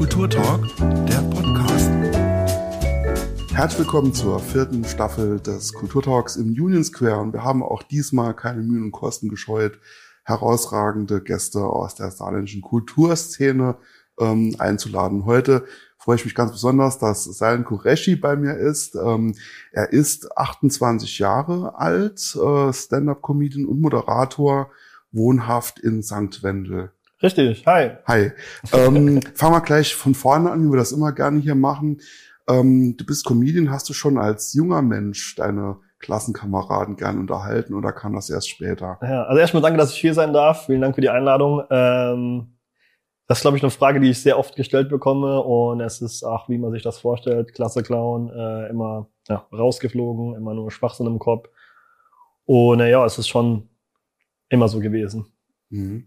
Kulturtalk, der Podcast. Herzlich willkommen zur 4. Staffel des Kulturtalks im Union Square. Und wir haben auch diesmal keine Mühen und Kosten gescheut, herausragende Gäste aus der saarländischen Kulturszene einzuladen. Heute freue ich mich ganz besonders, dass Salem Qureshi bei mir ist. Er ist 28 Jahre alt, Stand-up-Comedian und Moderator, wohnhaft in St. Wendel. Richtig, hi. Hi. Fangen wir gleich von vorne an, wie wir das immer gerne hier machen. Du bist Comedian, hast du schon als junger Mensch deine Klassenkameraden gern unterhalten oder kam das erst später? Ja, also erstmal danke, dass ich hier sein darf. Vielen Dank für die Einladung. Das ist, glaube ich, eine Frage, die ich sehr oft gestellt bekomme und es ist auch, wie man sich das vorstellt, Klasse Clown, immer rausgeflogen, immer nur Schwachsinn im Kopf. Und es ist schon immer so gewesen. Mhm.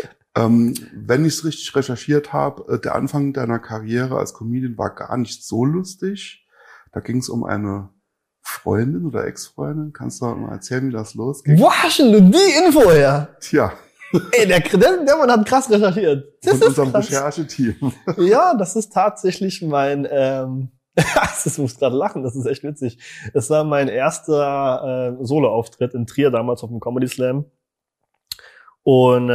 Wenn ich es richtig recherchiert habe, der Anfang deiner Karriere als Comedian war gar nicht so lustig. Da ging es um eine Freundin oder Ex-Freundin. Kannst du mal erzählen, wie das losging? Wo hast du die Info her? Tja. Ey, der Mann hat krass recherchiert. Das Von ist unserem krass. Rechercheteam. Ja, das ist tatsächlich mein, das muss gerade lachen, das ist echt witzig. Es war mein erster Solo-Auftritt in Trier damals auf dem Comedy Slam. Und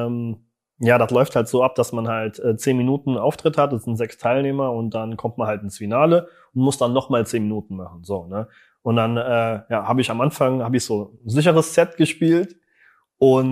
das läuft halt so ab, dass man halt 10 Minuten Auftritt hat, das sind 6 Teilnehmer und dann kommt man halt ins Finale und muss dann nochmal 10 Minuten machen. So, ne? Und dann habe ich am Anfang so ein sicheres Set gespielt und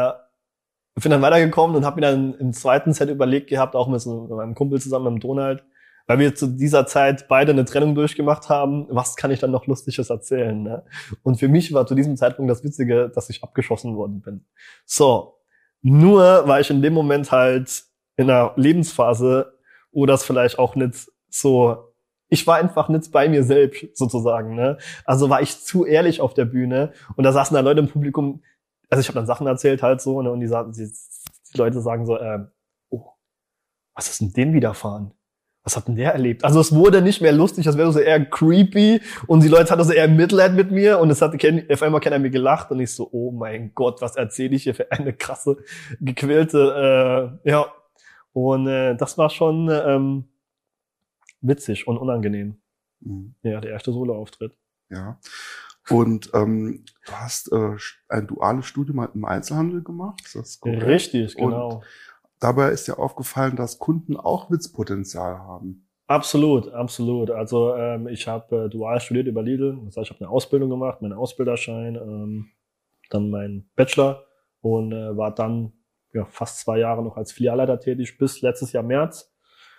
bin dann weitergekommen und habe mir dann im zweiten Set überlegt gehabt, auch mit meinem Kumpel zusammen, mit dem Donald, weil wir zu dieser Zeit beide eine Trennung durchgemacht haben, was kann ich dann noch Lustiges erzählen, ne? Und für mich war zu diesem Zeitpunkt das Witzige, dass ich abgeschossen worden bin. So, nur war ich in dem Moment halt in einer Lebensphase, wo das vielleicht auch nicht so, ich war einfach nicht bei mir selbst sozusagen, ne? Also war ich zu ehrlich auf der Bühne und da saßen da Leute im Publikum, also ich habe dann Sachen erzählt halt so, ne? Und die Leute sagen so, oh, was ist denn dem widerfahren? Was hat denn der erlebt? Also es wurde nicht mehr lustig, das wäre so eher creepy und die Leute hatten so eher Mitleid mit mir und auf einmal keiner mir gelacht und ich so, oh mein Gott, was erzähle ich hier für eine krasse, gequälte, Und das war schon witzig und unangenehm. Mhm. Ja, der erste Solo-Auftritt. Ja. Und du hast ein duales Studium im Einzelhandel gemacht, ist das korrekt? Richtig, genau. Und dabei ist dir aufgefallen, dass Kunden auch Witzpotenzial haben. Absolut, absolut. Also ich habe dual studiert über Lidl. Das heißt, ich habe eine Ausbildung gemacht, meinen Ausbilderschein, dann meinen Bachelor und war dann fast 2 Jahre noch als Filialleiter tätig bis letztes Jahr März.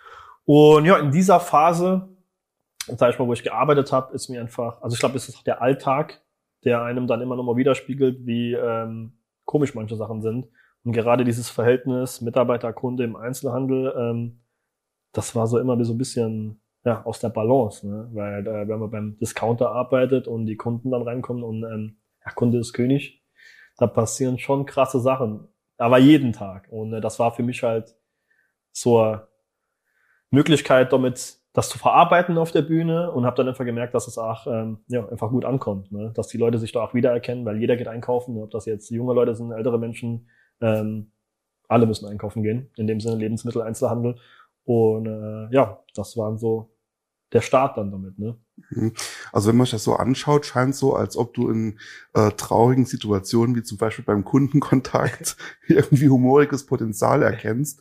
Und ja, in dieser Phase, sag ich mal, wo ich gearbeitet habe, ist mir einfach, also ich glaube, es ist auch der Alltag, der einem dann immer noch mal widerspiegelt, wie komisch manche Sachen sind. Und gerade dieses Verhältnis Mitarbeiter-Kunde im Einzelhandel, das war so immer so ein bisschen aus der Balance, ne? Weil wenn man beim Discounter arbeitet und die Kunden dann reinkommen und Kunde ist König, da passieren schon krasse Sachen, aber jeden Tag. Und das war für mich halt so eine Möglichkeit, damit das zu verarbeiten auf der Bühne und habe dann einfach gemerkt, dass es auch einfach gut ankommt, ne? Dass die Leute sich da auch wiedererkennen, weil jeder geht einkaufen, ob das jetzt junge Leute sind, ältere Menschen, alle müssen einkaufen gehen, in dem Sinne Lebensmitteleinzelhandel. Und das war so der Start dann damit, ne? Also wenn man sich das so anschaut, scheint so, als ob du in traurigen Situationen, wie zum Beispiel beim Kundenkontakt, irgendwie humoriges Potenzial erkennst.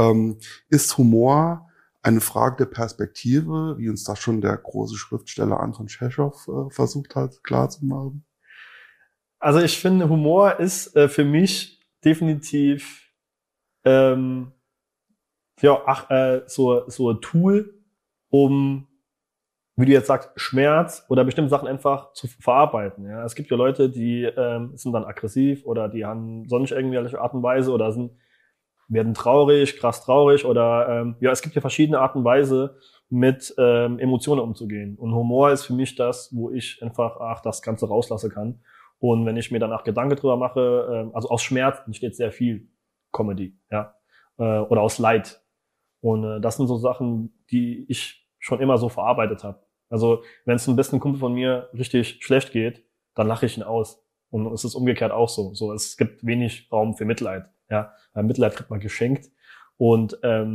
Ist Humor eine Frage der Perspektive, wie uns das schon der große Schriftsteller Anton Tschechow versucht hat klarzumachen? Also ich finde, Humor ist für mich definitiv so ein Tool, um, wie du jetzt sagst, Schmerz oder bestimmte Sachen einfach zu verarbeiten. Ja? Es gibt ja Leute, die sind dann aggressiv oder die haben sonst irgendwelche Art und Weise oder werden traurig, krass traurig oder es gibt ja verschiedene Arten und Weise, mit Emotionen umzugehen. Und Humor ist für mich das, wo ich einfach das Ganze rauslassen kann. Und wenn ich mir danach Gedanken drüber mache, also aus Schmerz entsteht sehr viel Comedy, oder aus Leid. Und das sind so Sachen, die ich schon immer so verarbeitet habe. Also wenn es einem besten Kumpel von mir richtig schlecht geht, dann lache ich ihn aus. Und es ist umgekehrt auch so. So, es gibt wenig Raum für Mitleid. Ja, Mitleid kriegt man geschenkt. Und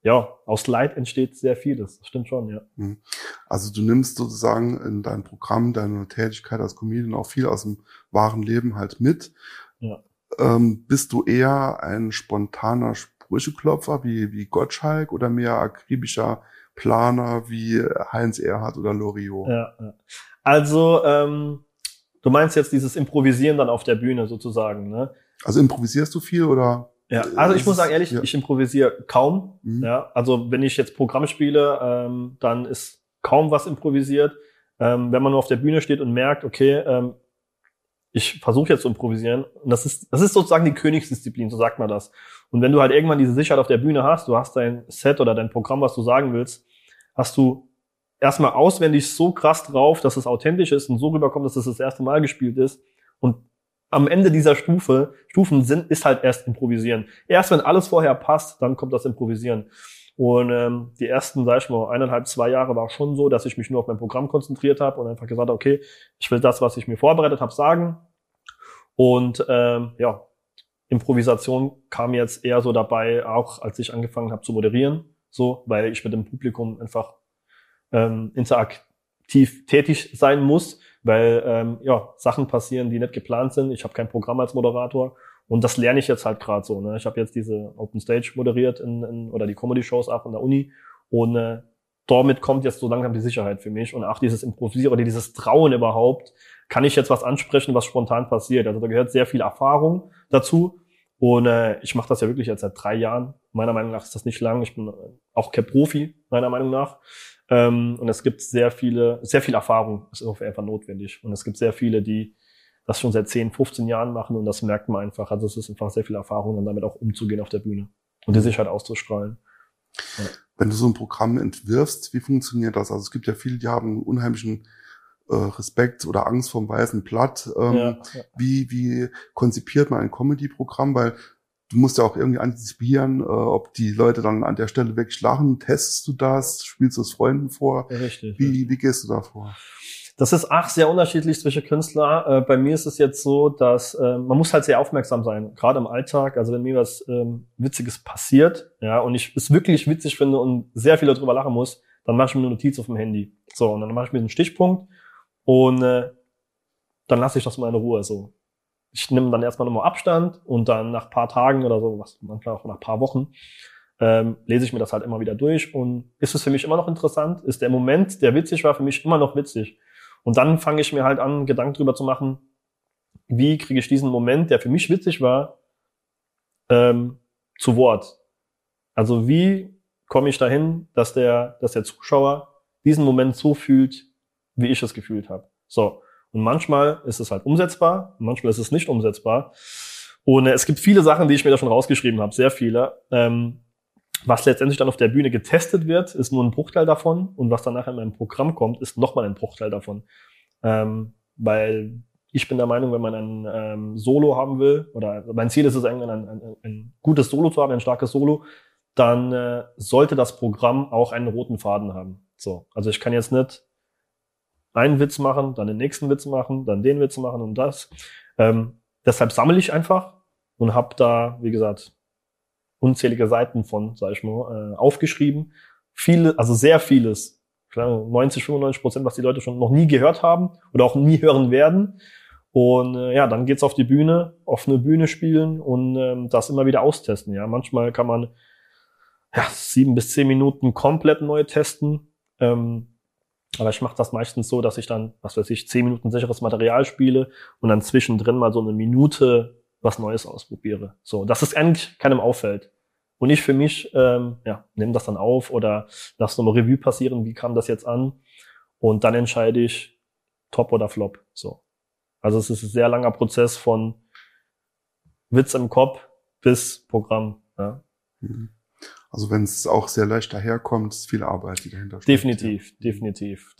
aus Leid entsteht sehr vieles. Das stimmt schon, ja. Also du nimmst sozusagen in dein Programm, deine Tätigkeit als Comedian auch viel aus dem wahren Leben halt mit. Ja. Bist du eher ein spontaner Sprücheklopfer wie Gottschalk oder mehr akribischer Planer wie Heinz Erhardt oder Loriot? Ja. Also, du meinst jetzt dieses Improvisieren dann auf der Bühne sozusagen, ne? Also improvisierst du viel oder? Ja, also ich muss sagen, ehrlich, ja. ich improvisiere kaum. Mhm. Ja, also wenn ich jetzt Programm spiele, dann ist kaum was improvisiert. Wenn man nur auf der Bühne steht und merkt, okay, ich versuche jetzt zu improvisieren. Und das ist sozusagen die Königsdisziplin, so sagt man das. Und wenn du halt irgendwann diese Sicherheit auf der Bühne hast, du hast dein Set oder dein Programm, was du sagen willst, hast du erstmal auswendig so krass drauf, dass es authentisch ist und so rüberkommt, dass es das erste Mal gespielt ist. Und am Ende dieser Stufen ist halt erst Improvisieren. Erst wenn alles vorher passt, dann kommt das Improvisieren. Und die ersten, sag ich mal, 1,5, 2 Jahre war schon so, dass ich mich nur auf mein Programm konzentriert habe und einfach gesagt habe, okay, ich will das, was ich mir vorbereitet habe, sagen. Und Improvisation kam jetzt eher so dabei, auch als ich angefangen habe zu moderieren, so, weil ich mit dem Publikum einfach interaktiv tätig sein muss, weil Sachen passieren, die nicht geplant sind. Ich habe kein Programm als Moderator und das lerne ich jetzt halt gerade so. Ne? Ich habe jetzt diese Open Stage moderiert oder die Comedy-Shows auch an der Uni und damit kommt jetzt so langsam die Sicherheit für mich und auch dieses Improvisieren oder dieses Trauen überhaupt, kann ich jetzt was ansprechen, was spontan passiert. Also da gehört sehr viel Erfahrung dazu und ich mache das ja wirklich jetzt seit 3 Jahren. Meiner Meinung nach ist das nicht lang. Ich bin auch kein Profi, meiner Meinung nach. Und es gibt sehr viel Erfahrung, ist einfach notwendig. Und es gibt sehr viele, die das schon seit 10, 15 Jahren machen und das merkt man einfach. Also es ist einfach sehr viel Erfahrung, dann damit auch umzugehen auf der Bühne und die Sicherheit auszustrahlen. Ja. Wenn du so ein Programm entwirfst, wie funktioniert das? Also es gibt ja viele, die haben unheimlichen Respekt oder Angst vom weißen Blatt. Wie konzipiert man ein Comedy-Programm? Weil du musst ja auch irgendwie antizipieren, ob die Leute dann an der Stelle wirklich lachen. Testest du das? Spielst du es Freunden vor? Richtig. Wie gehst du da vor? Das ist sehr unterschiedlich zwischen Künstler. Bei mir ist es jetzt so, dass man muss halt sehr aufmerksam sein, gerade im Alltag. Also wenn mir was Witziges passiert, ja, und ich es wirklich witzig finde und sehr viel darüber lachen muss, dann mache ich mir eine Notiz auf dem Handy. So, und dann mache ich mir einen Stichpunkt und dann lasse ich das mal in Ruhe. So, ich nehme dann erstmal nochmal Abstand und dann nach ein paar Tagen oder so, manchmal auch nach ein paar Wochen, lese ich mir das halt immer wieder durch und ist es für mich immer noch interessant? Ist der Moment, der witzig war, für mich immer noch witzig? Und dann fange ich mir halt an, Gedanken drüber zu machen, wie kriege ich diesen Moment, der für mich witzig war, zu Wort? Also wie komme ich dahin, dass der Zuschauer diesen Moment so fühlt, wie ich es gefühlt habe? So. Und manchmal ist es halt umsetzbar, manchmal ist es nicht umsetzbar. Und es gibt viele Sachen, die ich mir da schon rausgeschrieben habe, sehr viele. Was letztendlich dann auf der Bühne getestet wird, ist nur ein Bruchteil davon. Und was dann nachher in meinem Programm kommt, ist nochmal ein Bruchteil davon. Weil ich bin der Meinung, wenn man ein Solo haben will, oder mein Ziel ist es eigentlich, ein gutes Solo zu haben, ein starkes Solo, dann sollte das Programm auch einen roten Faden haben. So, also ich kann jetzt nicht einen Witz machen, dann den nächsten Witz machen, dann den Witz machen und das. Deshalb sammle ich einfach und habe da, wie gesagt, unzählige Seiten von, sag ich mal, aufgeschrieben. Also sehr vieles, 90-95%, was die Leute schon noch nie gehört haben oder auch nie hören werden. Und dann geht's auf die Bühne, offene Bühne spielen und das immer wieder austesten. Ja, manchmal kann man 7 bis 10 Minuten komplett neu testen. Aber ich mache das meistens so, dass ich dann, 10 Minuten sicheres Material spiele und dann zwischendrin mal so eine Minute was Neues ausprobiere. So, dass es eigentlich keinem auffällt. Und ich für mich, nehme das dann auf oder lasse nochmal Revue passieren, wie kam das jetzt an? Und dann entscheide ich Top oder Flop. So. Also es ist ein sehr langer Prozess von Witz im Kopf bis Programm. Ja. Also wenn es auch sehr leicht daherkommt, ist viel Arbeit, die dahinter steht. Definitiv.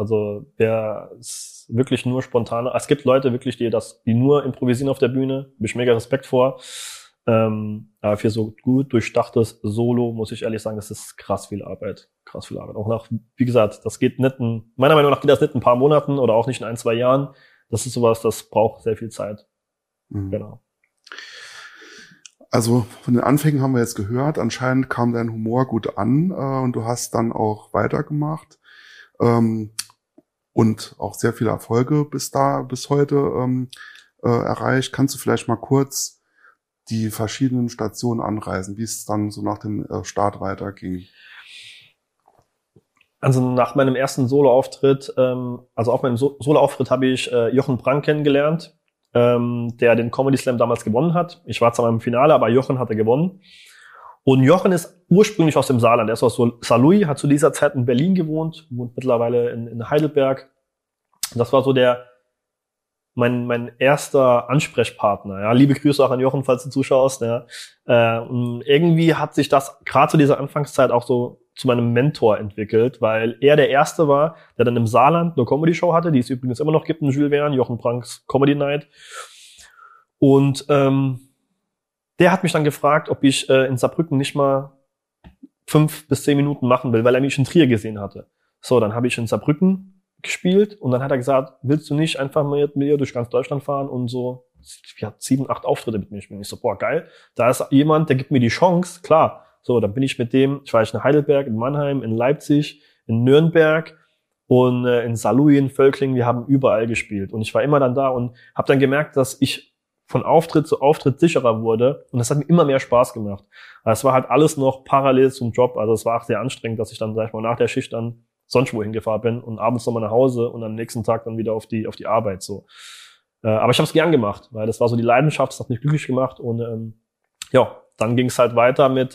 Wer ist wirklich nur spontan. Es gibt Leute wirklich, die nur improvisieren auf der Bühne. Habe ich mega Respekt vor. Aber für so gut durchdachtes Solo muss ich ehrlich sagen, das ist krass viel Arbeit. Auch nach, wie gesagt, das geht nicht meiner Meinung nach geht das nicht in ein paar Monaten oder auch nicht in 1, 2 Jahren. Das ist sowas, das braucht sehr viel Zeit. Mhm. Genau. Also von den Anfängen haben wir jetzt gehört, anscheinend kam dein Humor gut an und du hast dann auch weitergemacht und auch sehr viele Erfolge bis heute erreicht. Kannst du vielleicht mal kurz die verschiedenen Stationen anreißen, wie es dann so nach dem Start weiterging? Also nach meinem ersten Soloauftritt, also auf meinem Soloauftritt habe ich Jochen Prank kennengelernt, der den Comedy Slam damals gewonnen hat. Ich war zwar im Finale, aber Jochen hatte gewonnen. Und Jochen ist ursprünglich aus dem Saarland. Er ist aus Saarlouis, hat zu dieser Zeit in Berlin gewohnt, wohnt mittlerweile in Heidelberg. Das war so mein erster Ansprechpartner. Ja, liebe Grüße auch an Jochen, falls du zuschaust. Ja. Und irgendwie hat sich das gerade zu dieser Anfangszeit auch so zu meinem Mentor entwickelt, weil er der Erste war, der dann im Saarland eine Comedy-Show hatte, die es übrigens immer noch gibt in Jules Verne, Jochen Pranks Comedy Night. Und der hat mich dann gefragt, ob ich in Saarbrücken nicht mal 5 bis 10 Minuten machen will, weil er mich in Trier gesehen hatte. So, dann habe ich in Saarbrücken gespielt und dann hat er gesagt, willst du nicht einfach mit mir durch ganz Deutschland fahren und so, ja, 7, 8 Auftritte mit mir spielen. Ich so, boah, geil, da ist jemand, der gibt mir die Chance, klar. So, dann bin ich mit dem, ich war in Heidelberg, in Mannheim, in Leipzig, in Nürnberg und in Saarlouis, in Völklingen, wir haben überall gespielt. Und ich war immer dann da und habe dann gemerkt, dass ich von Auftritt zu Auftritt sicherer wurde und das hat mir immer mehr Spaß gemacht. Also es war halt alles noch parallel zum Job, also es war auch sehr anstrengend, dass ich dann, sag ich mal, nach der Schicht dann sonst wo hingefahren bin und abends nochmal nach Hause und am nächsten Tag dann wieder auf die Arbeit so. Aber ich habe es gern gemacht, weil das war so die Leidenschaft, das hat mich glücklich gemacht und ja, dann ging es halt weiter mit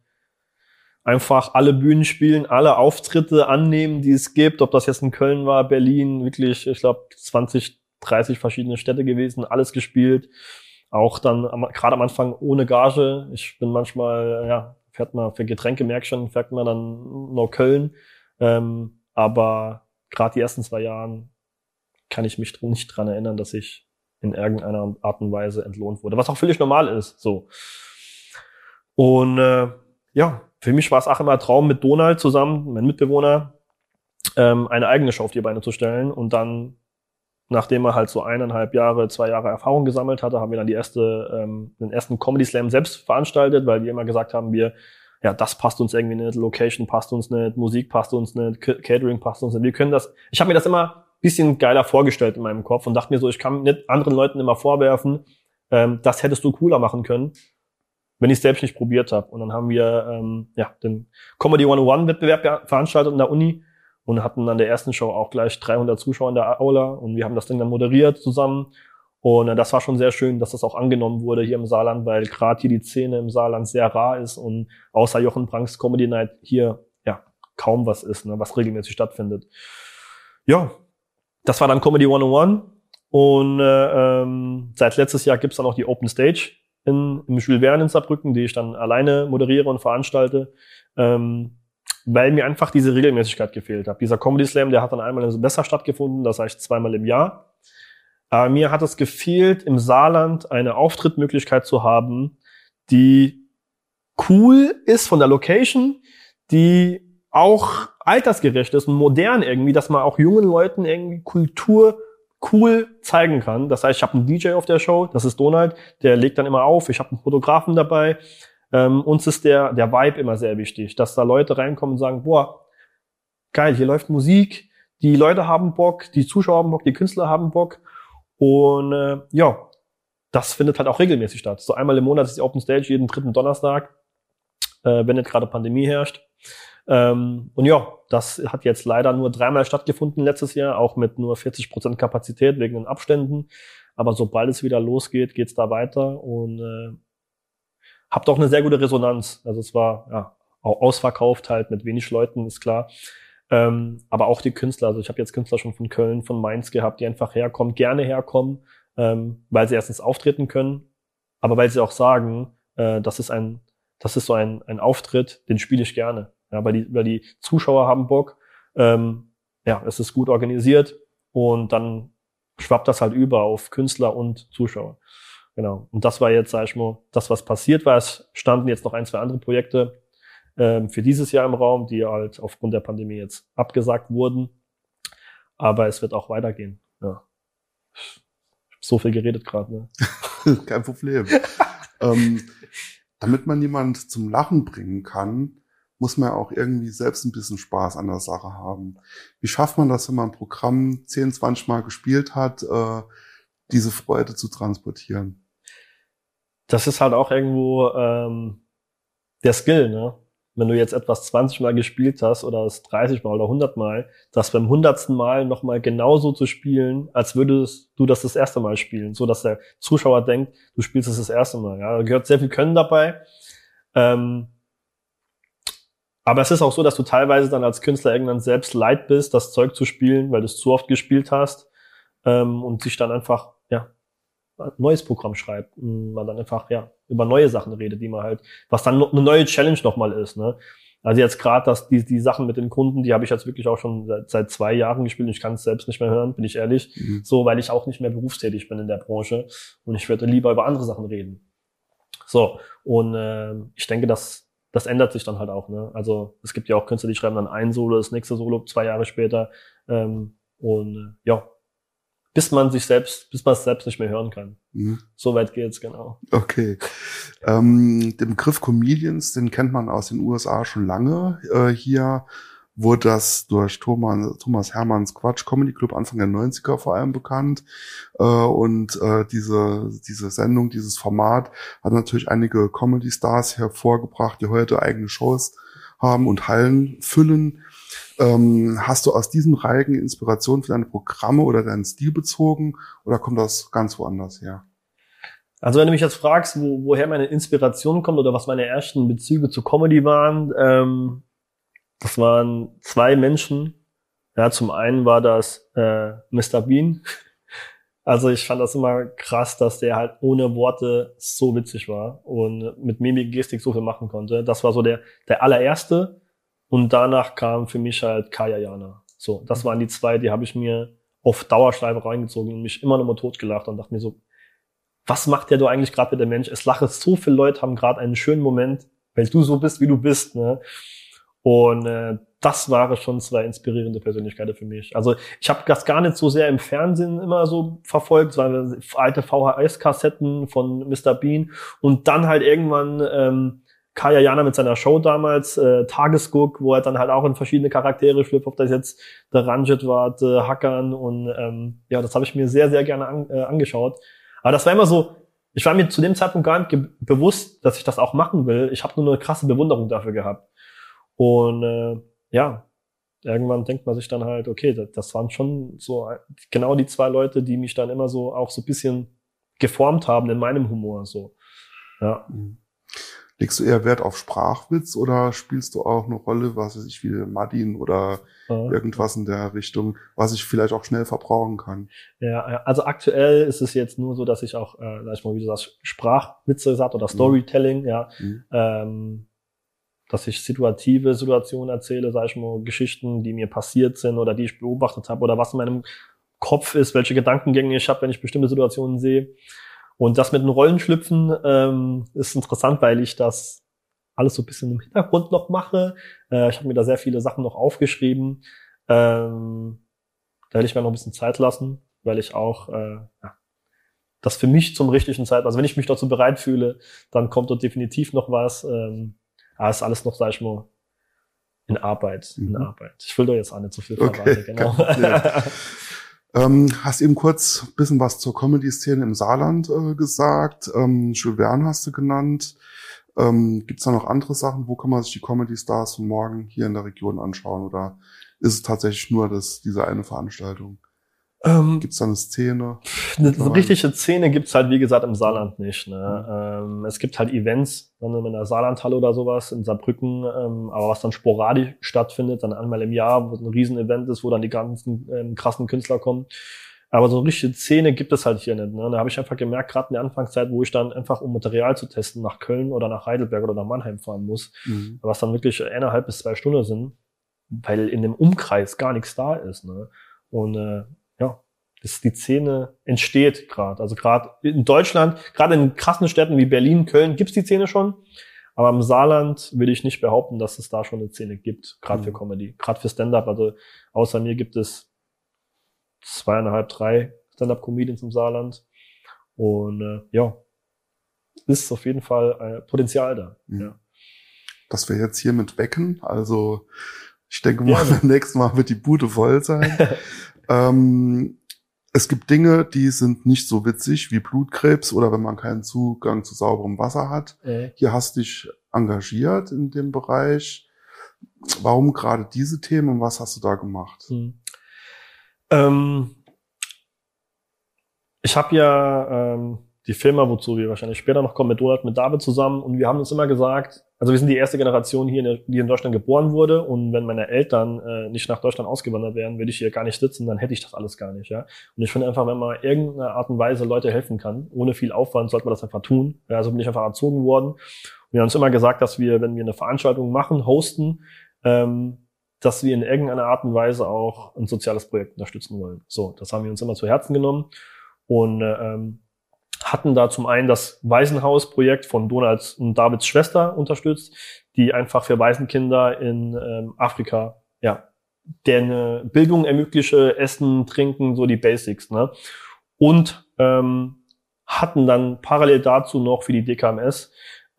einfach alle Bühnen spielen, alle Auftritte annehmen, die es gibt, ob das jetzt in Köln war, Berlin, wirklich, ich glaube 20, 30 verschiedene Städte gewesen, alles gespielt. Auch dann gerade am Anfang ohne Gage. Ich bin manchmal, ja, fährt man für Getränkemärkchen, fährt man dann nach Köln. Aber gerade die ersten 2 Jahren kann ich mich nicht dran erinnern, dass ich in irgendeiner Art und Weise entlohnt wurde, was auch völlig normal ist. So. Und ja, für mich war es auch immer ein Traum, mit Donald zusammen, mein Mitbewohner, eine eigene Show auf die Beine zu stellen. Und dann, nachdem er halt so 1,5 Jahre, 2 Jahre Erfahrung gesammelt hatte, haben wir dann den ersten Comedy Slam selbst veranstaltet, weil wir immer gesagt haben, ja, das passt uns irgendwie nicht, Location passt uns nicht, Musik passt uns nicht, Catering passt uns nicht. Wir können das. Ich habe mir das immer ein bisschen geiler vorgestellt in meinem Kopf und dachte mir so, ich kann nicht anderen Leuten immer vorwerfen, das hättest du cooler machen können, wenn ich es selbst nicht probiert habe. Und dann haben wir den Comedy 101 Wettbewerb veranstaltet in der Uni und hatten an der ersten Show auch gleich 300 Zuschauer in der Aula und wir haben das Ding dann moderiert zusammen. Und das war schon sehr schön, dass das auch angenommen wurde hier im Saarland, weil gerade hier die Szene im Saarland sehr rar ist und außer Jochen Pranks Comedy Night hier ja kaum was ist, ne, was regelmäßig stattfindet. Ja, das war dann Comedy 101 und seit letztes Jahr gibt's dann auch die Open Stage im Jules Verne in Saarbrücken, die ich dann alleine moderiere und veranstalte, weil mir einfach diese Regelmäßigkeit gefehlt hat. Dieser Comedy Slam, der hat dann einmal im Semester stattgefunden, das heißt 2-mal im Jahr. Aber mir hat es gefehlt, im Saarland eine Auftrittmöglichkeit zu haben, die cool ist von der Location, die auch altersgerecht ist und modern irgendwie, dass man auch jungen Leuten irgendwie Kultur cool zeigen kann. Das heißt, ich habe einen DJ auf der Show, das ist Donald, der legt dann immer auf, ich habe einen Fotografen dabei. Uns ist der Vibe immer sehr wichtig, dass da Leute reinkommen und sagen, boah, geil, hier läuft Musik, die Leute haben Bock, die Zuschauer haben Bock, die Künstler haben Bock. Und ja, das findet halt auch regelmäßig statt. So einmal im Monat ist die Open Stage, jeden 3. Donnerstag, wenn nicht gerade Pandemie herrscht. Und ja, das hat jetzt leider nur 3-mal stattgefunden letztes Jahr, auch mit nur 40% Kapazität wegen den Abständen. Aber sobald es wieder losgeht, geht's da weiter und habt auch eine sehr gute Resonanz. Also es war ja auch ausverkauft halt mit wenig Leuten, ist klar. Aber auch die Künstler, also ich habe jetzt Künstler schon von Köln, von Mainz gehabt, die einfach gerne herkommen, weil sie erstens auftreten können, aber weil sie auch sagen, das ist so ein Auftritt, den spiele ich gerne. Ja, weil die Zuschauer haben Bock, ja, es ist gut organisiert und dann schwappt das halt über auf Künstler und Zuschauer. Genau. Und das war jetzt, sag ich mal, das, was passiert war. Es standen jetzt noch 1, 2 andere Projekte für dieses Jahr im Raum, die halt aufgrund der Pandemie jetzt abgesagt wurden. Aber es wird auch weitergehen. Ja. Ich hab so viel geredet gerade. Ne? Kein Problem. Damit man jemand zum Lachen bringen kann, muss man auch irgendwie selbst ein bisschen Spaß an der Sache haben. Wie schafft man das, wenn man ein Programm 10, 20 Mal gespielt hat, diese Freude zu transportieren? Das ist halt auch irgendwo der Skill, ne? Wenn du jetzt etwas 20 Mal gespielt hast oder es 30 Mal oder 100 Mal, das beim 100. Mal nochmal genauso zu spielen, als würdest du das erste Mal spielen, so dass der Zuschauer denkt, du spielst es das erste Mal. Ja, da gehört sehr viel Können dabei. Aber es ist auch so, dass du teilweise dann als Künstler irgendwann selbst leid bist, das Zeug zu spielen, weil du es zu oft gespielt hast, und sich dann einfach, ja, ein neues Programm schreibt, man dann einfach, ja, über neue Sachen redet, die man halt, was dann eine neue Challenge nochmal ist, ne? Also jetzt gerade die Sachen mit den Kunden, die habe ich jetzt wirklich auch schon seit 2 Jahren gespielt und ich kann es selbst nicht mehr hören, bin ich ehrlich. So, weil ich auch nicht mehr berufstätig bin in der Branche und ich würde lieber über andere Sachen reden. So, und ich denke, das ändert sich dann halt auch, ne? Also es gibt ja auch Künstler, die schreiben dann ein Solo, das nächste Solo 2 Jahre später, ja, bis man es selbst nicht mehr hören kann. So weit geht's, genau. Okay. Den Begriff Comedians, den kennt man aus den USA schon lange. Hier wurde das durch Thomas Hermanns Quatsch Comedy Club Anfang der 90er vor allem bekannt. Diese Sendung, dieses Format hat natürlich einige Comedy-Stars hervorgebracht, die heute eigene Shows haben und Hallen füllen. Hast du aus diesem Reigen Inspiration für deine Programme oder deinen Stil bezogen oder kommt das ganz woanders her? Also wenn du mich jetzt fragst, woher meine Inspiration kommt oder was meine ersten Bezüge zu Comedy waren, das waren 2 Menschen. Ja, zum einen war das Mr. Bean. Also ich fand das immer krass, dass der halt ohne Worte so witzig war und mit Mimik, Gestik so viel machen konnte. Das war so der allererste. Und danach kam für mich halt Kaya Jana. So, das waren die 2, die habe ich mir auf Dauerschleife reingezogen und mich immer noch mal totgelacht und dachte mir so, was macht der da eigentlich gerade mit der Mensch? Es lachen so viele Leute, haben gerade einen schönen Moment, weil du so bist, wie du bist, ne? Und das waren schon 2 inspirierende Persönlichkeiten für mich. Also ich habe das gar nicht so sehr im Fernsehen immer so verfolgt, sondern alte VHS-Kassetten von Mr. Bean und dann halt irgendwann Kaya Jana mit seiner Show damals, Tagesguck, wo er dann halt auch in verschiedene Charaktere schlüpft, ob das jetzt der Ranjit war, der Hakan und ja, das habe ich mir sehr, sehr gerne angeschaut. Aber das war immer so, ich war mir zu dem Zeitpunkt gar nicht bewusst, dass ich das auch machen will. Ich habe nur eine krasse Bewunderung dafür gehabt. Und ja, irgendwann denkt man sich dann halt, okay, das waren schon so genau die 2 Leute, die mich dann immer so auch so ein bisschen geformt haben in meinem Humor. So, ja. Legst du eher Wert auf Sprachwitz oder spielst du auch eine Rolle, was weiß ich, wie Madin oder irgendwas in der Richtung, was ich vielleicht auch schnell verbrauchen kann? Ja, also aktuell ist es jetzt nur so, dass ich auch, sag ich mal, wie du sagst, Sprachwitze sagt oder Storytelling, ja, dass ich Situationen erzähle, sag ich mal, Geschichten, die mir passiert sind oder die ich beobachtet habe oder was in meinem Kopf ist, welche Gedankengänge ich habe, wenn ich bestimmte Situationen sehe. Und das mit den Rollenschlüpfen ist interessant, weil ich das alles so ein bisschen im Hintergrund noch mache. Ich habe mir da sehr viele Sachen noch aufgeschrieben. Da will ich mir noch ein bisschen Zeit lassen, weil ich auch das für mich zum richtigen Zeitpunkt, also wenn ich mich dazu bereit fühle, dann kommt dort definitiv noch was. Ist alles noch, sag ich mal, in Arbeit. Ich will doch jetzt auch nicht so viel verraten, genau. Hast eben kurz ein bisschen was zur Comedy-Szene im Saarland gesagt. Jules Verne hast du genannt. Gibt's da noch andere Sachen? Wo kann man sich die Comedy-Stars von morgen hier in der Region anschauen? Oder ist es tatsächlich nur diese eine Veranstaltung? Gibt's da eine Szene? Eine richtige Szene gibt's halt, wie gesagt, im Saarland nicht. Ne? Es gibt halt Events, dann in der Saarlandhalle oder sowas, in Saarbrücken, aber was dann sporadisch stattfindet, dann einmal im Jahr, wo ein Riesenevent ist, wo dann die ganzen krassen Künstler kommen. Aber so eine richtige Szene gibt es halt hier nicht. Ne? Da habe ich einfach gemerkt, gerade in der Anfangszeit, wo ich dann einfach, um Material zu testen, nach Köln oder nach Heidelberg oder nach Mannheim fahren muss, was dann wirklich 1,5 bis 2 Stunden sind, weil in dem Umkreis gar nichts da ist. Ne? Und die Szene entsteht gerade. Also gerade in Deutschland, gerade in krassen Städten wie Berlin, Köln gibt's die Szene schon. Aber im Saarland will ich nicht behaupten, dass es da schon eine Szene gibt, gerade für Comedy, gerade für Stand-up. Also außer mir gibt es 2,5, 3 Stand-up-Comedians im Saarland. Und ist auf jeden Fall Potenzial da. Mhm. Ja. Das wir jetzt hier mit wecken. Also ich denke mal, beim nächsten Mal wird die Bude voll sein. Es gibt Dinge, die sind nicht so witzig wie Blutkrebs oder wenn man keinen Zugang zu sauberem Wasser hat. Hier hast du dich engagiert in dem Bereich. Warum gerade diese Themen und was hast du da gemacht? Ich habe ja die Firma, wozu wir wahrscheinlich später noch kommen, mit David zusammen, und wir haben uns immer gesagt, also wir sind die erste Generation hier, die in Deutschland geboren wurde, und wenn meine Eltern nicht nach Deutschland ausgewandert wären, würde ich hier gar nicht sitzen, dann hätte ich das alles gar nicht, ja. Und ich finde einfach, wenn man irgendeiner Art und Weise Leute helfen kann, ohne viel Aufwand, sollte man das einfach tun. Ja, also bin ich einfach erzogen worden. Und wir haben uns immer gesagt, dass wir, wenn wir eine Veranstaltung machen, hosten, dass wir in irgendeiner Art und Weise auch ein soziales Projekt unterstützen wollen. So, das haben wir uns immer zu Herzen genommen und hatten da zum einen das Waisenhaus-Projekt von Donalds und Davids Schwester unterstützt, die einfach für Waisenkinder in Afrika, ja, deren Bildung ermögliche, Essen, Trinken, so die Basics, ne? Und hatten dann parallel dazu noch für die DKMS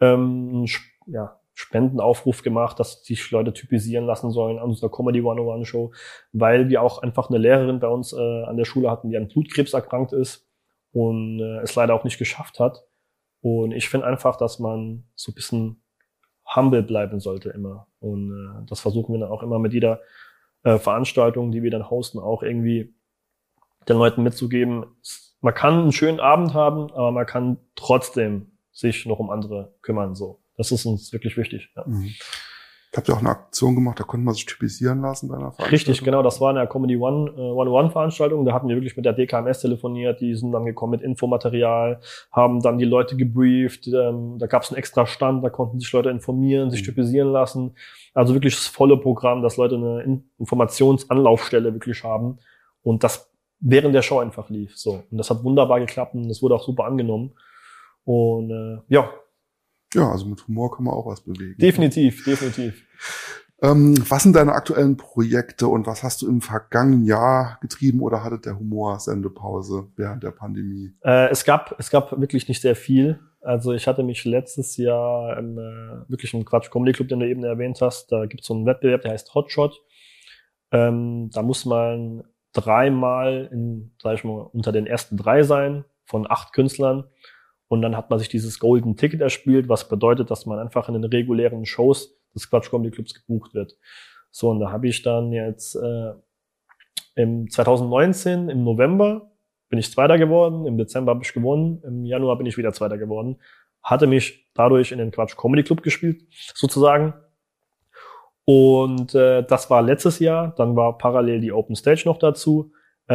Spendenaufruf gemacht, dass sich Leute typisieren lassen sollen an unserer Comedy 101 Show, weil wir auch einfach eine Lehrerin bei uns an der Schule hatten, die an Blutkrebs erkrankt ist und es leider auch nicht geschafft hat. Und ich finde einfach, dass man so ein bisschen humble bleiben sollte immer. Und das versuchen wir dann auch immer mit jeder Veranstaltung, die wir dann hosten, auch irgendwie den Leuten mitzugeben. Man kann einen schönen Abend haben, aber man kann trotzdem sich noch um andere kümmern, so. Das ist uns wirklich wichtig. Ja. Habt ihr auch eine Aktion gemacht, da konnte man sich typisieren lassen bei einer Veranstaltung? Richtig, genau. Das war eine Comedy 101 Veranstaltung. Da hatten wir wirklich mit der DKMS telefoniert. Die sind dann gekommen mit Infomaterial, haben dann die Leute gebrieft. Da gab es einen extra Stand, da konnten sich Leute informieren, sich typisieren lassen. Also wirklich das volle Programm, dass Leute eine Informationsanlaufstelle wirklich haben. Und das während der Show einfach lief. So. Und das hat wunderbar geklappt und das wurde auch super angenommen. Und ja, also mit Humor kann man auch was bewegen. Definitiv. Was sind deine aktuellen Projekte und was hast du im vergangenen Jahr getrieben oder hatte der Humor Sendepause während der Pandemie? Es gab wirklich nicht sehr viel. Also ich hatte mich letztes Jahr wirklich im Quatsch Comedy Club, den du eben erwähnt hast, da gibt es so einen Wettbewerb, der heißt Hotshot. Da muss man 3-mal sag ich mal, unter den ersten 3 sein von 8 Künstlern. Und dann hat man sich dieses Golden Ticket erspielt, was bedeutet, dass man einfach in den regulären Shows des Quatsch Comedy Clubs gebucht wird. So, und da habe ich dann jetzt im 2019, im November, bin ich Zweiter geworden, im Dezember habe ich gewonnen, im Januar bin ich wieder Zweiter geworden, hatte mich dadurch in den Quatsch Comedy Club gespielt, sozusagen. Und das war letztes Jahr, dann war parallel die Open Stage noch dazu.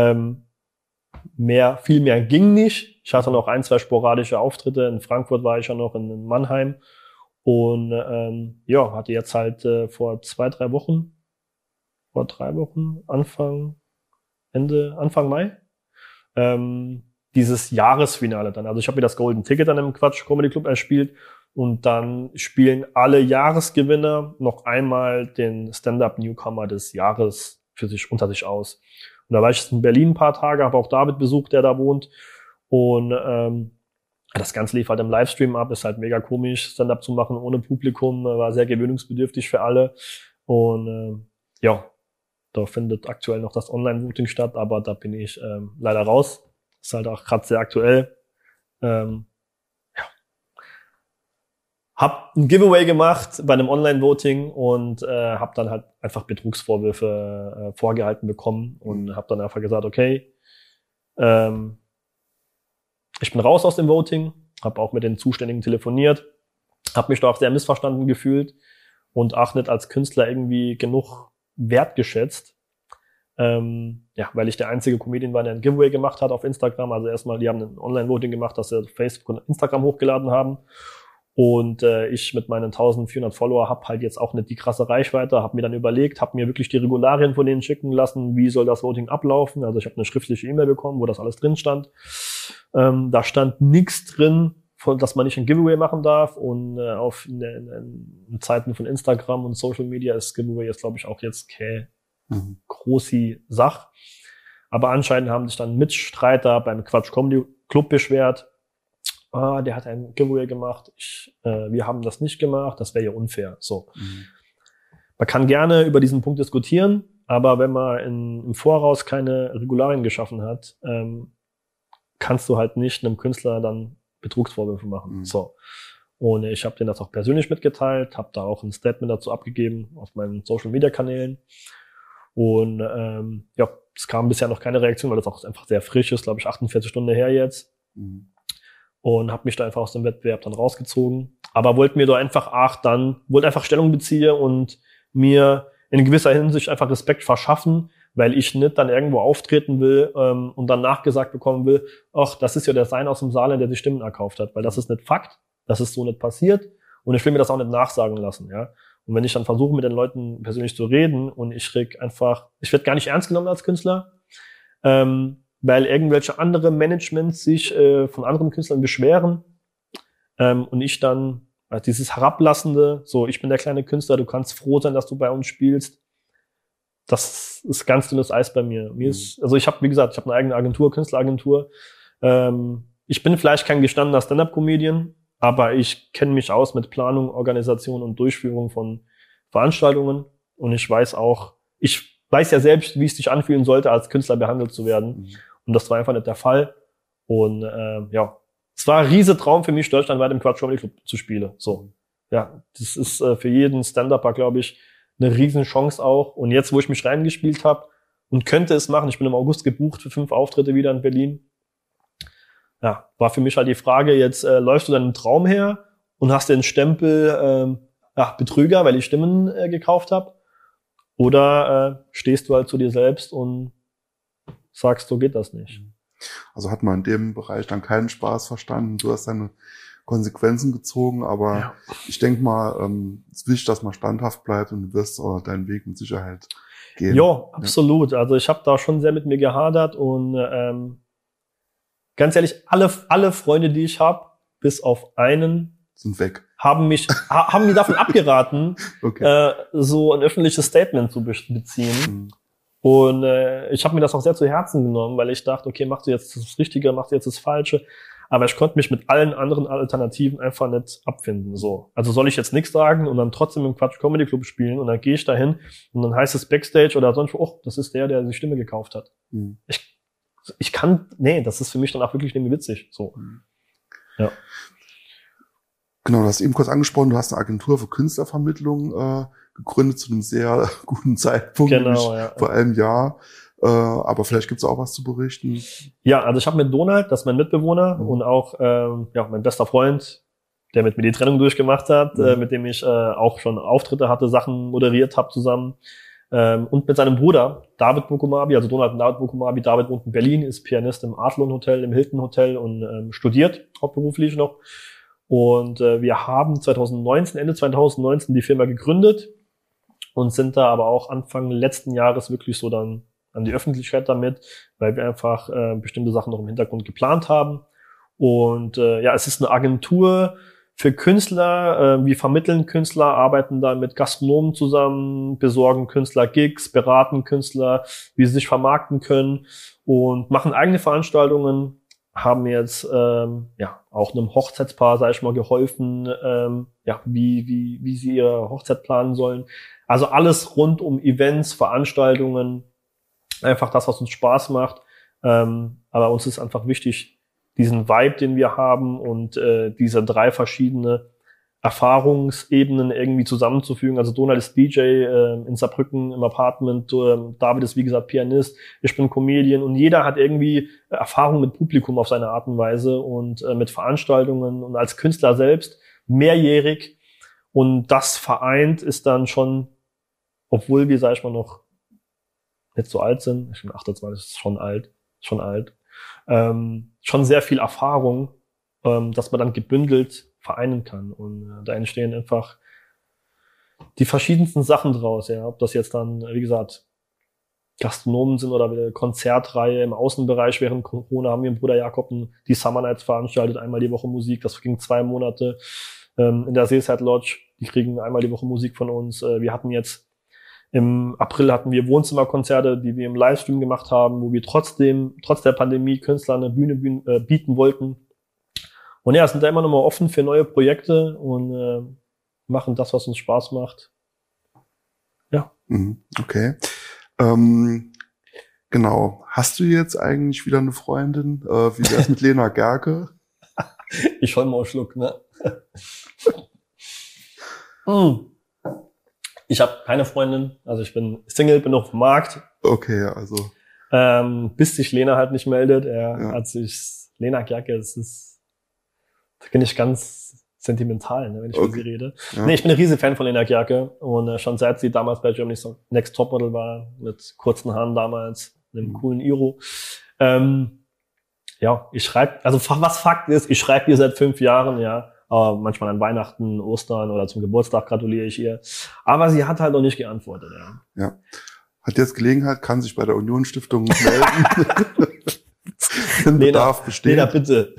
Viel mehr ging nicht. Ich hatte noch 1, 2 sporadische Auftritte. In Frankfurt war ich ja noch, in Mannheim. Und hatte jetzt halt vor 3 Wochen, Anfang Mai, dieses Jahresfinale dann. Also ich habe mir das Golden Ticket dann im Quatsch Comedy Club erspielt und dann spielen alle Jahresgewinner noch einmal den Stand-Up-Newcomer des Jahres unter sich aus. Und da war ich jetzt in Berlin ein paar Tage, habe auch David besucht, der da wohnt. Und das Ganze lief halt im Livestream ab, ist halt mega komisch, Stand-Up zu machen ohne Publikum, war sehr gewöhnungsbedürftig für alle. Und da findet aktuell noch das Online-Voting statt, aber da bin ich leider raus. Ist halt auch gerade sehr aktuell. Hab ein Giveaway gemacht bei einem Online-Voting und habe dann halt einfach Betrugsvorwürfe vorgehalten bekommen und habe dann einfach gesagt, okay, ich bin raus aus dem Voting, habe auch mit den Zuständigen telefoniert, habe mich da auch sehr missverstanden gefühlt und auch nicht als Künstler irgendwie genug wertgeschätzt, weil ich der einzige Comedian war, der ein Giveaway gemacht hat auf Instagram. Also erstmal, die haben ein Online-Voting gemacht, das sie auf Facebook und Instagram hochgeladen haben. Und ich mit meinen 1400 Follower habe halt jetzt auch nicht die krasse Reichweite, habe mir dann überlegt, habe mir wirklich die Regularien von denen schicken lassen, wie soll das Voting ablaufen. Also ich habe eine schriftliche E-Mail bekommen, wo das alles drin stand. Da stand nichts drin, dass man nicht ein Giveaway machen darf. Und in Zeiten von Instagram und Social Media ist Giveaway jetzt, glaube ich, auch jetzt keine große Sache. Aber anscheinend haben sich dann Mitstreiter beim Quatsch Comedy Club beschwert. der hat ein Giveaway gemacht, wir haben das nicht gemacht, das wäre ja unfair. So. Man kann gerne über diesen Punkt diskutieren, aber wenn man im Voraus keine Regularien geschaffen hat, kannst du halt nicht einem Künstler dann Betrugsvorwürfe machen. So. Und ich habe denen das auch persönlich mitgeteilt, habe da auch ein Statement dazu abgegeben auf meinen Social-Media-Kanälen. Und es kam bisher noch keine Reaktion, weil das auch einfach sehr frisch ist, glaube ich, 48 Stunden her jetzt. Und habe mich da einfach aus dem Wettbewerb dann rausgezogen. Aber wollte mir da einfach Stellung beziehen und mir in gewisser Hinsicht einfach Respekt verschaffen, weil ich nicht dann irgendwo auftreten will und dann nachgesagt bekommen will, ach, das ist ja der Sein aus dem Saarland, der sich Stimmen erkauft hat, weil das ist nicht Fakt, das ist so nicht passiert und ich will mir das auch nicht nachsagen lassen, ja. Und wenn ich dann versuche, mit den Leuten persönlich zu reden und ich werde gar nicht ernst genommen als Künstler, weil irgendwelche andere Managements sich von anderen Künstlern beschweren und ich dann dieses Herablassende, so, ich bin der kleine Künstler, du kannst froh sein, dass du bei uns spielst, das ist ganz dünnes Eis bei mir. Ich habe eine eigene Agentur, Künstleragentur. Ich bin vielleicht kein gestandener Stand-up-Comedian, aber ich kenne mich aus mit Planung, Organisation und Durchführung von Veranstaltungen. Und ich weiß ja selbst, wie es sich anfühlen sollte, als Künstler behandelt zu werden. Und das war einfach nicht der Fall. Und es war ein riesen Traum für mich, deutschlandweit im Quatsch Comedy Club zu spielen. So, ja, das ist für jeden Stand-Upper, glaube ich, eine riesen Chance auch. Und jetzt, wo ich mich reingespielt habe und könnte es machen, ich bin im August gebucht für 5 Auftritte wieder in Berlin. Ja, war für mich halt die Frage, jetzt läufst du deinen Traum her und hast den Stempel Betrüger, weil ich Stimmen gekauft habe. Oder stehst du halt zu dir selbst und sagst, so geht das nicht. Also hat man in dem Bereich dann keinen Spaß verstanden. Du hast deine Konsequenzen gezogen, aber ich denke mal, es ist wichtig, dass man standhaft bleibt und du wirst deinen Weg mit Sicherheit gehen. Ja, absolut. Also ich habe da schon sehr mit mir gehadert und ganz ehrlich, alle Freunde, die ich habe, bis auf einen, sind weg. haben mir davon abgeraten, so ein öffentliches Statement zu beziehen. Und ich habe mir das auch sehr zu Herzen genommen, weil ich dachte, okay, machst du jetzt das Richtige, machst du jetzt das Falsche. Aber ich konnte mich mit allen anderen Alternativen einfach nicht abfinden. So. Also soll ich jetzt nichts sagen und dann trotzdem im Quatsch Comedy Club spielen und dann gehe ich dahin und dann heißt es Backstage oder sonst wo, oh, das ist der die Stimme gekauft hat. Das ist für mich dann auch wirklich nicht mehr witzig. So. Ja. Genau, du hast eben kurz angesprochen, du hast eine Agentur für Künstlervermittlung gegründet zu einem sehr guten Zeitpunkt, vor einem Jahr. Aber vielleicht gibt's auch was zu berichten. Ja, also ich habe mit Donald, das ist mein Mitbewohner und auch mein bester Freund, der mit mir die Trennung durchgemacht hat, mit dem ich auch schon Auftritte hatte, Sachen moderiert habe zusammen. Und mit seinem Bruder, David Bukumabi, also Donald und David Bukumabi. David wohnt in Berlin, ist Pianist im Adlon Hotel, im Hilton Hotel und studiert hauptberuflich noch. Und wir haben Ende 2019 die Firma gegründet und sind da aber auch Anfang letzten Jahres wirklich so dann an die Öffentlichkeit damit, weil wir einfach bestimmte Sachen noch im Hintergrund geplant haben. Und es ist eine Agentur für Künstler. Wir vermitteln Künstler, arbeiten da mit Gastronomen zusammen, besorgen Künstler Gigs, beraten Künstler, wie sie sich vermarkten können und machen eigene Veranstaltungen. Haben jetzt auch einem Hochzeitspaar, sag ich mal, geholfen, wie sie ihre Hochzeit planen sollen. Also alles rund um Events, Veranstaltungen, einfach das, was uns Spaß macht. Aber uns ist einfach wichtig, diesen Vibe, den wir haben und diese 3 verschiedene Erfahrungsebenen irgendwie zusammenzufügen. Also Donald ist DJ in Saarbrücken im Apartment, David ist wie gesagt Pianist, ich bin Comedian und jeder hat irgendwie Erfahrung mit Publikum auf seine Art und Weise und mit Veranstaltungen und als Künstler selbst mehrjährig. Und das vereint ist dann schon, obwohl wir, sag ich mal, noch nicht so alt sind, ich bin 28, ist schon alt, schon sehr viel Erfahrung, dass man dann gebündelt vereinen kann. Und da entstehen einfach die verschiedensten Sachen draus. Ja, ob das jetzt dann, wie gesagt, Gastronomen sind oder eine Konzertreihe im Außenbereich. Während Corona haben wir im Bruder Jakob die Summer Nights veranstaltet, einmal die Woche Musik. Das ging 2 Monate in der Seaside Lodge. Die kriegen einmal die Woche Musik von uns. Wir hatten jetzt im April Wohnzimmerkonzerte, die wir im Livestream gemacht haben, wo wir trotz der Pandemie Künstlern eine Bühne bieten wollten. Und ja, sind da immer noch mal offen für neue Projekte und machen das, was uns Spaß macht. Ja. Okay. Genau. Hast du jetzt eigentlich wieder eine Freundin? Wie wär's mit Lena Gerke? Ich hol mal einen Schluck, ne? Ich habe keine Freundin, also ich bin Single, bin auf dem Markt. Okay, also. Bis sich Lena halt nicht meldet. Hat sich Lena Gerke, da bin ich ganz sentimental, ne, wenn ich über sie rede. Ja. Nee, ich bin ein riesen Fan von Lena Gerke und schon seit sie damals bei Germany's Next Topmodel war, mit kurzen Haaren damals, einem coolen Iro. Ja, ich schreibe, also was Fakt ist, ich schreibe ihr seit 5 Jahren, ja. Aber manchmal an Weihnachten, Ostern oder zum Geburtstag gratuliere ich ihr. Aber sie hat halt noch nicht geantwortet, ja. Ja. Hat jetzt Gelegenheit, kann sich bei der Union Stiftung melden. Wenn Bedarf besteht. Lena, bitte.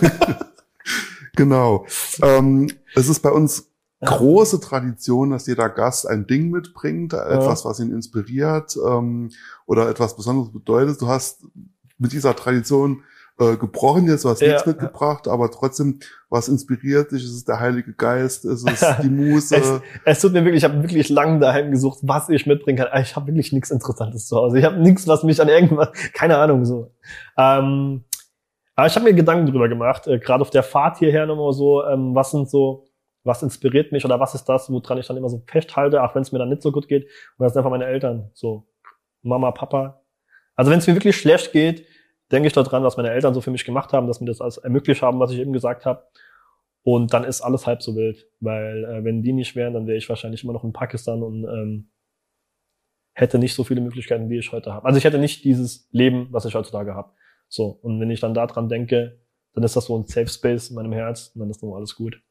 Genau. Es ist bei uns große Tradition, dass jeder Gast ein Ding mitbringt, etwas, was ihn inspiriert oder etwas Besonderes bedeutet. Du hast mit dieser Tradition gebrochen, jetzt du hast nichts mitgebracht, aber trotzdem, was inspiriert dich, ist es der Heilige Geist, ist es die Muse? Es tut mir wirklich, ich habe wirklich lange daheim gesucht, was ich mitbringen kann. Ich habe wirklich nichts Interessantes zu Hause. Ich habe nichts, was mich an irgendwas, keine Ahnung, so. Aber ich habe mir Gedanken drüber gemacht, gerade auf der Fahrt hierher nochmal so, was inspiriert mich oder was ist das, woran ich dann immer so festhalte, auch wenn es mir dann nicht so gut geht. Und das sind einfach meine Eltern, so Mama, Papa. Also wenn es mir wirklich schlecht geht, denke ich daran, was meine Eltern so für mich gemacht haben, dass mir das alles ermöglicht haben, was ich eben gesagt habe. Und dann ist alles halb so wild, weil wenn die nicht wären, dann wäre ich wahrscheinlich immer noch in Pakistan und hätte nicht so viele Möglichkeiten, wie ich heute habe. Also ich hätte nicht dieses Leben, was ich heutzutage habe. So, und wenn ich dann daran denke, dann ist das so ein Safe Space in meinem Herz und dann ist noch alles gut.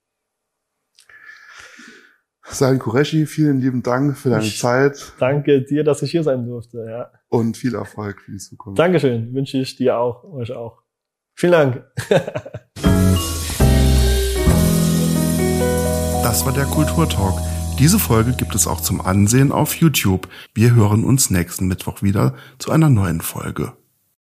Sahin Qureshi, vielen lieben Dank für deine Zeit. Danke dir, dass ich hier sein durfte. Ja. Und viel Erfolg für die Zukunft. Dankeschön, wünsche ich dir auch, euch auch. Vielen Dank. Das war der Kulturtalk. Diese Folge gibt es auch zum Ansehen auf YouTube. Wir hören uns nächsten Mittwoch wieder zu einer neuen Folge.